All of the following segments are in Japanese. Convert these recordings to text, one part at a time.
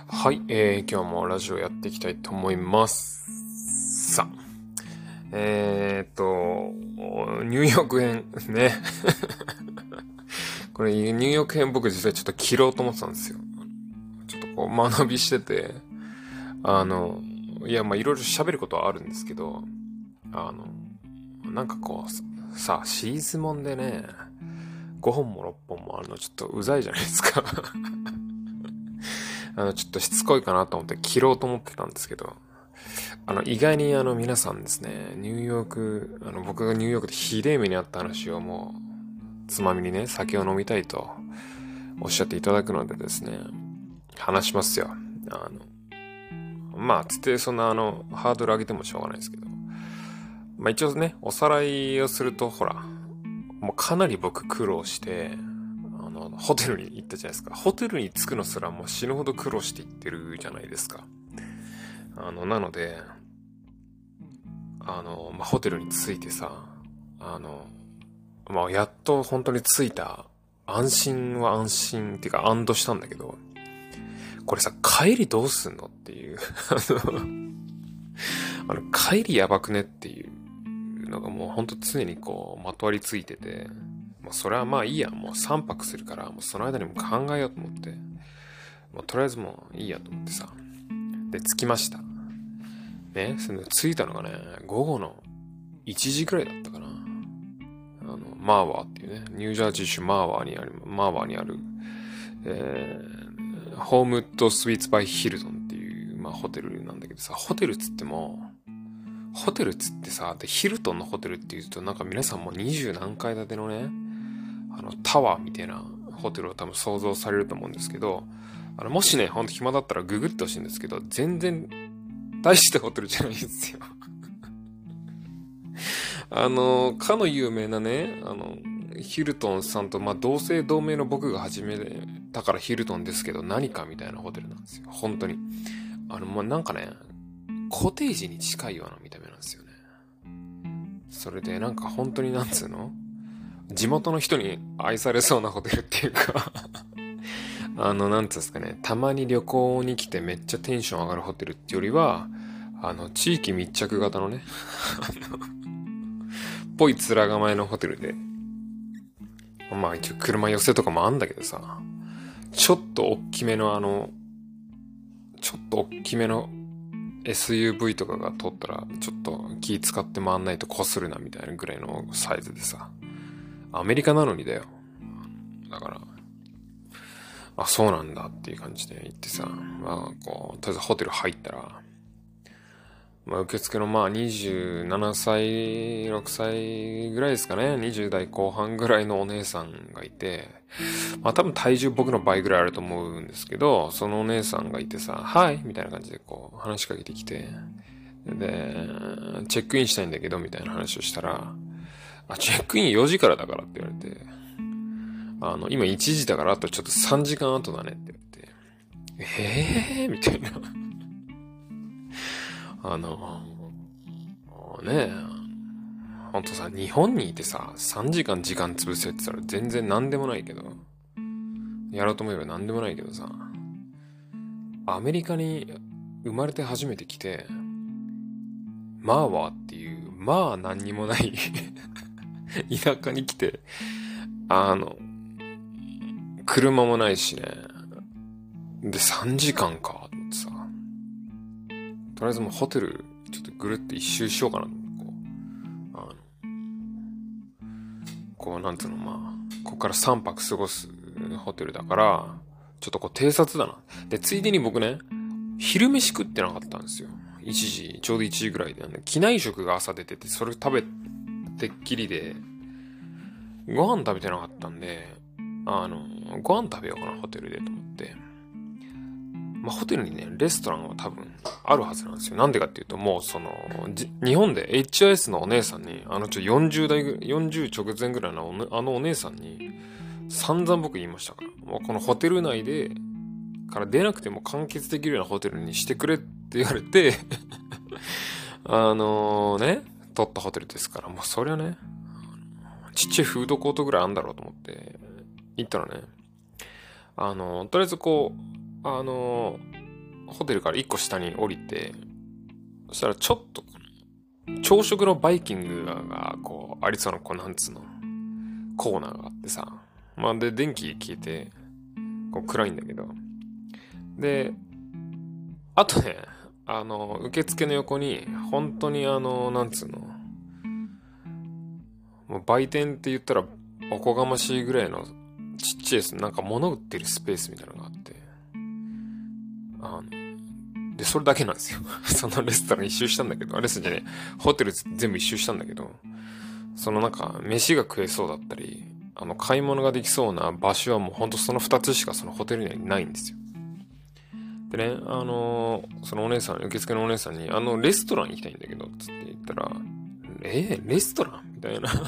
はい、今日もラジオやっていきたいと思います。さあ、ニューヨーク編ね。これニューヨーク編僕実際ちょっと切ろうと思ってたんですよ。ちょっとこう学びしてて、いやまあいろいろ喋ることはあるんですけど、なんかこう、さあシーズンもんでね、5本も6本もあるのちょっとうざいじゃないですか。ちょっとしつこいかなと思って切ろうと思ってたんですけど、意外に皆さんですね、ニューヨーク、僕がニューヨークでひでえ目にあった話をもう、つまみにね、酒を飲みたいとおっしゃっていただくのでですね、話しますよ。つってそんなハードル上げてもしょうがないですけど、まあ一応ね、おさらいをすると、ほら、もうかなり僕苦労して、ホテルに行ったじゃないですか。ホテルに着くのすらもう死ぬほど苦労して行ってるじゃないですか。なので、ホテルに着いてさ、やっと本当に着いた。安心は安心っていうか安堵したんだけど、これさ、帰りどうすんのっていう。帰りやばくねっていうのがもう本当常にこう、まとわりついてて、もうそれはまあいいや、もう3泊するから、もうその間にも考えようと思って、もうとりあえずもういいやと思ってさ。で、着きました。ね、着いたのがね、午後の1時くらいだったかな。マーワーっていうね、ニュージャージー州マーワーにある、ホームウッドスイーツバイヒルトンっていう、ホテルなんだけどさ、ホテルっつってさ、で、ヒルトンのホテルって言うとなんか皆さんも20何階建てのね、タワーみたいなホテルを多分想像されると思うんですけど、もしね、ほんと暇だったらググってほしいんですけど、全然大したホテルじゃないんですよ。かの有名なね、ヒルトンさんと、同姓同名の僕が始めたからヒルトンですけど、何かみたいなホテルなんですよ。本当に。なんかね、コテージに近いような見た目なんですよね。それで、なんか本当になんつうの地元の人に愛されそうなホテルっていうかなんつうんですかね、たまに旅行に来てめっちゃテンション上がるホテルってよりは、地域密着型のね、ぽい面構えのホテルで、一応車寄せとかもあんだけどさ、ちょっと大きめのSUV とかが通ったら、ちょっと気使って回んないと擦るなみたいなぐらいのサイズでさ、アメリカなのにだよ。だから、そうなんだっていう感じで行ってさ、とりあえずホテル入ったら、受付の27歳、6歳ぐらいですかね。20代後半ぐらいのお姉さんがいて、多分体重僕の倍ぐらいあると思うんですけど、そのお姉さんがいてさ、はいみたいな感じでこう話しかけてきて、で、チェックインしたいんだけど、みたいな話をしたら、チェックイン4時からだからって言われて、今1時だからあとちょっと3時間後だねって言われて、みたいな。ねえ、ほんとさ、日本にいてさ、3時間時間潰せって言ったら全然何でもないけど、やろうと思えば何でもないけどさ、アメリカに生まれて初めて来て、マーワーっていう、何にもない田舎に来て、車もないしね、で3時間か、と思ってさ、とりあえずもうホテル、ちょっとぐるって一周しようかな、なんつうの、ここから3泊過ごすホテルだから、ちょっとこう偵察だな。で、ついでに僕ね、昼飯食ってなかったんですよ。1時、ちょうど1時ぐらいで、機内食が朝出てて、それ食べてっきりで、ご飯食べてなかったんで、ご飯食べようかな、ホテルでと思って。ホテルにね、レストランは多分あるはずなんですよ。なんでかっていうと、もう日本で HIS のお姉さんに、40直前ぐらいのお姉さんに、散々僕言いましたから。もうこのホテル内で、から出なくても完結できるようなホテルにしてくれって言われて取ったホテルですから、もうそりゃね、ちっちゃいフードコートぐらいあんだろうと思って、行ったらね、とりあえずこう、 ホテルから1個下に降りて、そしたらちょっと朝食のバイキングがこうありそうななんつうのコーナーがあってさ、まあで電気消えてこう暗いんだけど、であとね受付の横に本当になんつうの、もう売店って言ったらおこがましいぐらいのちっちゃいなんか物売ってるスペースみたいなのがあって、でそれだけなんですよそのレストラン一周したんだけど、レストランじゃねえ、ホテル全部一周したんだけど、そのなんか飯が食えそうだったり買い物ができそうな場所はもうほんとその2つしかそのホテルにはないんですよ。でね、そのお姉さん、受付のお姉さんにレストラン行きたいんだけどつって言ったら、レストランみたいな。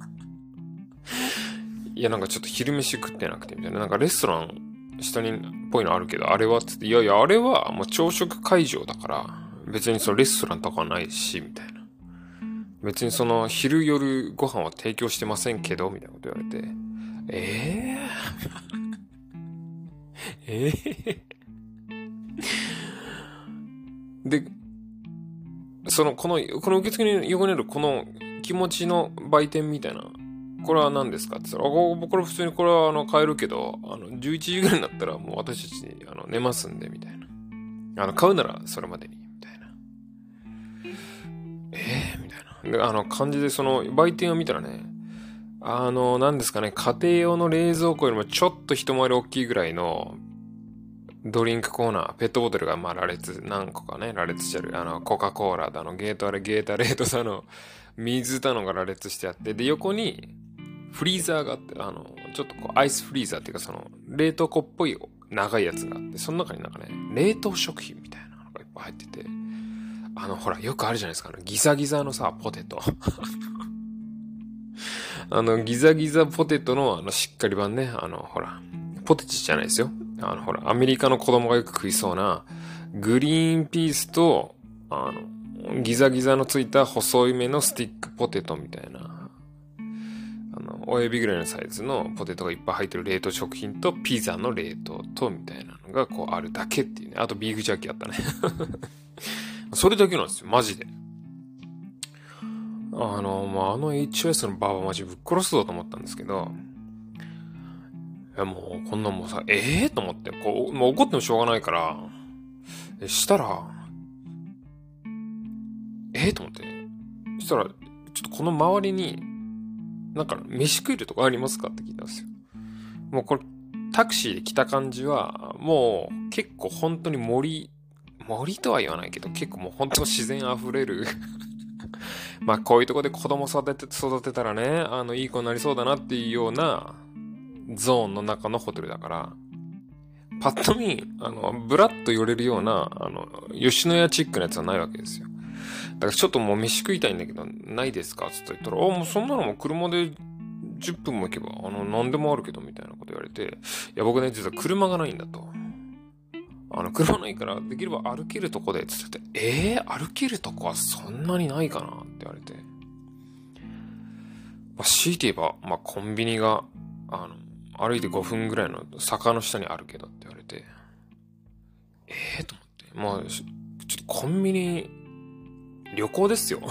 いやなんかちょっと昼飯食ってなくてみたいな、なんかレストラン下にっぽいのあるけどあれはつって、いやいやあれはもう朝食会場だから別にそのレストランとかはないしみたいな、別にその昼夜ご飯は提供してませんけどみたいなこと言われて、でこの受付に横にあるこの気持ちの売店みたいな、これは何ですかって言ったら、これ普通にこれは買えるけど、11時ぐらいになったらもう私たち寝ますんで、みたいな。買うならそれまでに、みたいな。みたいな。で、感じでその売店を見たらね、何ですかね、家庭用の冷蔵庫よりもちょっと一回り大きいぐらいのドリンクコーナー、ペットボトルがまあ羅列、何個かね、羅列してある。コカ・コーラだゲータレードだ水だのが羅列してあって、で、横に、フリーザーがあって、ちょっとこう、アイスフリーザーっていうか冷凍庫っぽい長いやつがあって、その中になんかね、冷凍食品みたいなのがいっぱい入ってて、ほら、よくあるじゃないですか、ギザギザのさ、ポテト。ギザギザポテトのしっかり版ね、ほら、ポテチじゃないですよ。ほら、アメリカの子供がよく食いそうな、グリーンピースと、ギザギザのついた細いめのスティックポテトみたいな、親指ぐらいのサイズのポテトがいっぱい入ってる冷凍食品とピザの冷凍とみたいなのがこうあるだけっていうね。あとビーフジャーキーあったね。それだけなんですよ、マジで。HOS のバーはマジぶっ殺すぞと思ったんですけど、いやもうこんなんもうさ、と思って、こう、もう怒ってもしょうがないから、したら、と思って、したら、ちょっとこの周りに、なんか飯食えるとこありますかって聞いたんですよ。もうこれタクシーで来た感じはもう結構本当に森とは言わないけど結構もう本当自然あふれるまあこういうとこで子供育てたらねいい子になりそうだなっていうようなゾーンの中のホテルだから、パッと見ブラッと寄れるような吉野家チックなやつはないわけですよ。だからちょっともう飯食いたいんだけど、ないですかつって言ったら、もうそんなのも車で10分も行けば、何でもあるけど、みたいなこと言われて、いや、僕ね、実は車がないんだと。車ないから、できれば歩けるとこで、つってて、歩けるとこはそんなにないかなって言われて。まあ、強いて言えば、まあ、コンビニが、歩いて5分ぐらいの坂の下にあるけどって言われて、と思って、まあ、ちょっとコンビニ、旅行ですよ。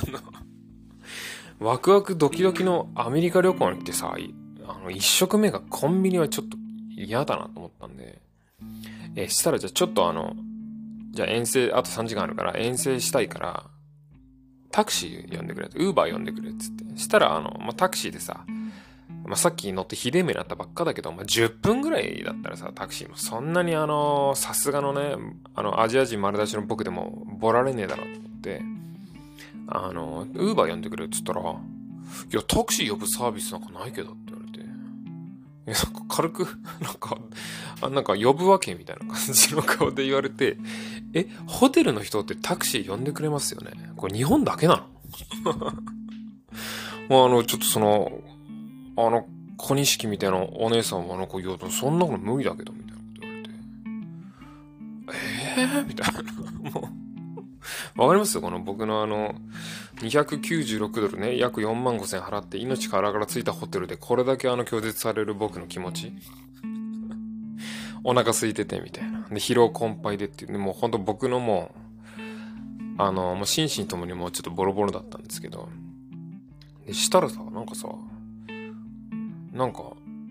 ワクワクドキドキのアメリカ旅行に来てさ、一食目がコンビニはちょっと嫌だなと思ったんで、したらじゃあちょっとじゃあ遠征、あと3時間あるから遠征したいから、タクシー呼んでくれ、ウーバー呼んでくれっつって。したらまあ、タクシーでさ、まあ、さっき乗ってひでえ目になったばっかだけど、まあ、10分ぐらいだったらさ、タクシーもそんなにさすがのね、アジア人丸出しの僕でもボラれねえだろうと思って、ウーバー呼んでくれって言ったら、いや、タクシー呼ぶサービスなんかないけどって言われて、なんか軽く、なんか呼ぶわけみたいな感じの顔で言われて、ホテルの人ってタクシー呼んでくれますよね。これ日本だけなの？まあ、ちょっと小錦みたいなお姉さんはいや、そんなの無理だけど、みたいなこと言われて、みたいな。もう、わかりますよこの僕の296ドルね、約4万5千払って命からがらついたホテルでこれだけ拒絶される僕の気持ち。お腹空いててみたいな。 で、疲労困憊でっていう、もうほんと僕のもう心身ともにもうちょっとボロボロだったんですけど、で、したらさ、なんかさ、なんか、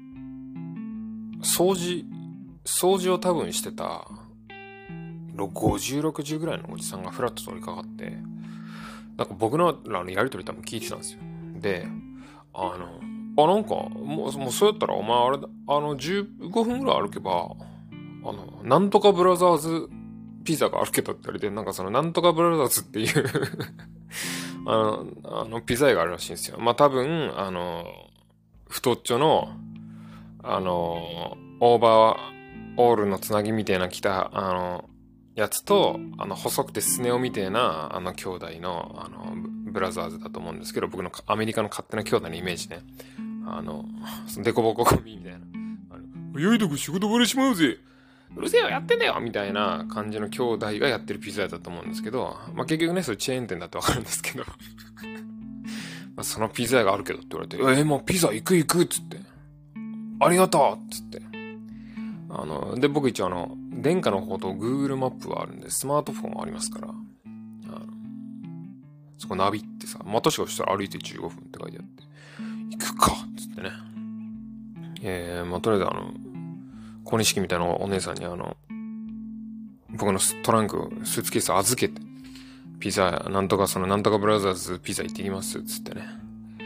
掃除を多分してた、50、60ぐらいのおじさんがフラッと通りかかって、なんか僕らのやりとり多分聞いてたんですよ。で、なんか、もうそうやったらお前あれだ、15分ぐらい歩けば、なんとかブラザーズピザがあるけどって言われて、なんかそのなんとかブラザーズっていうピザ屋があるらしいんですよ。まあ、多分、太っちょの、オーバーオールのつなぎみたいな着た、やつと、細くてスネ夫みたいな、兄弟の、ブラザーズだと思うんですけど、僕のアメリカの勝手な兄弟のイメージね。デコボコ組みたいな。良いとこ仕事終わりしまうぜ、うるせえよやってんだよみたいな感じの兄弟がやってるピザ屋だと思うんですけど、まあ、結局ね、それチェーン店だってわかるんですけど、まあそのピザ屋があるけどって言われて、もうピザ行くっつって。ありがとうっつって。で、僕一応電化の方と Google マップはあるんで、スマートフォンありますから、そこナビってさ、まあ、確かしたら歩いて15分って書いてあって、行くかっつってね。まあ、とりあえず小錦みたいなお姉さんに僕のトランク、スーツケース預けて、ピザ、なんとかブラザーズピザ行ってきますっつってね。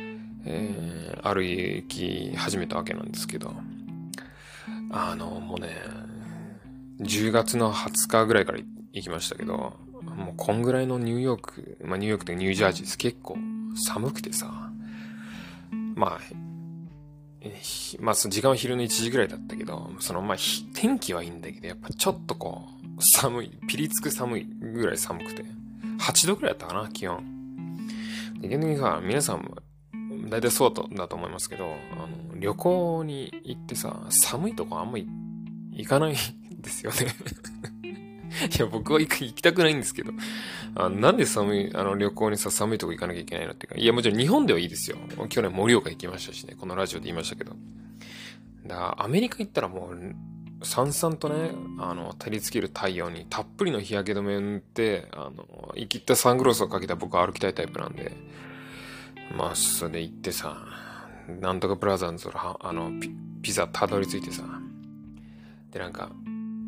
歩き始めたわけなんですけど、もうね、10月の20日ぐらいから行きましたけど、もうこんぐらいのニューヨーク、まあニューヨークってニュージャージーです。結構寒くてさ、まあその時間は昼の1時ぐらいだったけど、天気はいいんだけど、やっぱちょっとこう、寒い、ピリつく寒いぐらい寒くて、8度ぐらいだったかな、気温。で、逆にさ、皆さんも、大体そうだと思いますけど、旅行に行ってさ、寒いとこあんまり行かないんですよね。いや、僕は行きたくないんですけど、なんで旅行にさ、寒いとこ行かなきゃいけないのっていうか、いや、もちろん日本ではいいですよ。去年盛岡行きましたしね、このラジオで言いましたけど。アメリカ行ったらもう、さんさんとね、照りつける太陽にたっぷりの日焼け止めを塗って、生きったサングラスをかけた僕は歩きたいタイプなんで、まあ、それで行ってさ、なんとかブラザーズのピザたどり着いてさ、で、なんか、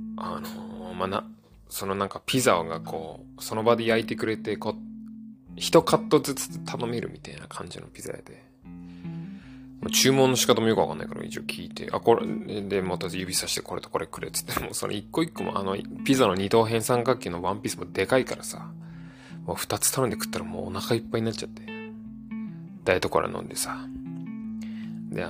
なんかピザがこう、その場で焼いてくれて、一カットずつ頼めるみたいな感じのピザ屋で、注文の仕方もよくわかんないから一応聞いて、これ、で、また指さしてこれとこれくれっつって、もうその一個一個もピザの二等辺三角形のワンピースもでかいからさ、もう二つ頼んで食ったらもうお腹いっぱいになっちゃって、ダイエットコーラ飲んでさ、で、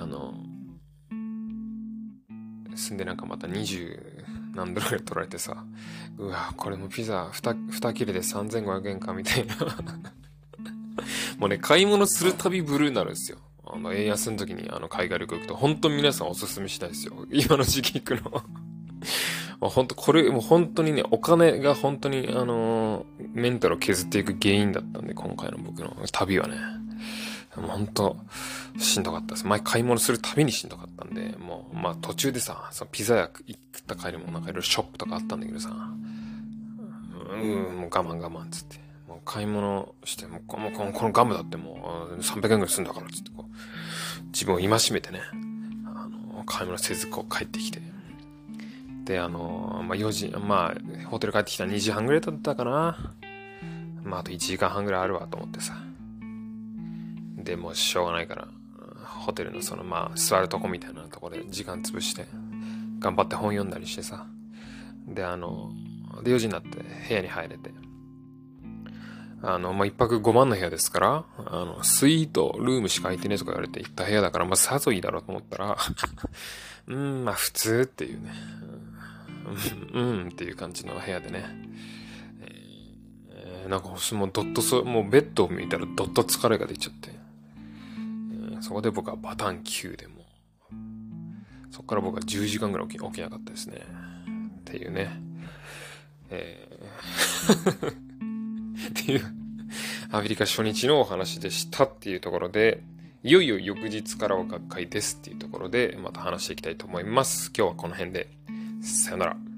住んでなんかまた20何ドルぐらい取られてさ、うわ、これもピザ2切れで3500円かみたいな。もうね、買い物するたびブルーになるんですよ。円安の時に海外旅行行くと、本当に皆さんおすすめしたいですよ。今の時期行くの。本当これ、もう本当にね、お金が本当にメンタルを削っていく原因だったんで、今回の僕の旅はね。本当しんどかったです。前買い物するたびにしんどかったんで、もう、まあ途中でさ、そのピザ屋食った帰りもなんかいろいろショップとかあったんだけどさ、もう我慢っつって。もう買い物して、もうこのガムだってもう300円ぐらいするんだからっつってこう、自分を戒めてね、買い物せずこう帰ってきて。で、4時、ホテル帰ってきたら2時半ぐらいだったかな。あと1時間半ぐらいあるわと思ってさ。で、もうしょうがないから、ホテルの座るとこみたいなとこで時間潰して、頑張って本読んだりしてさ。で、4時になって部屋に入れて。一泊5万の部屋ですから、スイートルームしか空いてねえとか言われて行った部屋だから、さぞいいだろうと思ったら、普通っていうね。っていう感じの部屋でね。なんかもうもうベッドを見たらどっと疲れが出ちゃって。そこで僕はバタン9でも、そこから僕は10時間ぐらい起きなかったですね。っていうね。っていうアメリカ初日のお話でしたっていうところで、いよいよ翌日からは学会ですっていうところでまた話していきたいと思います。今日はこの辺でさよなら。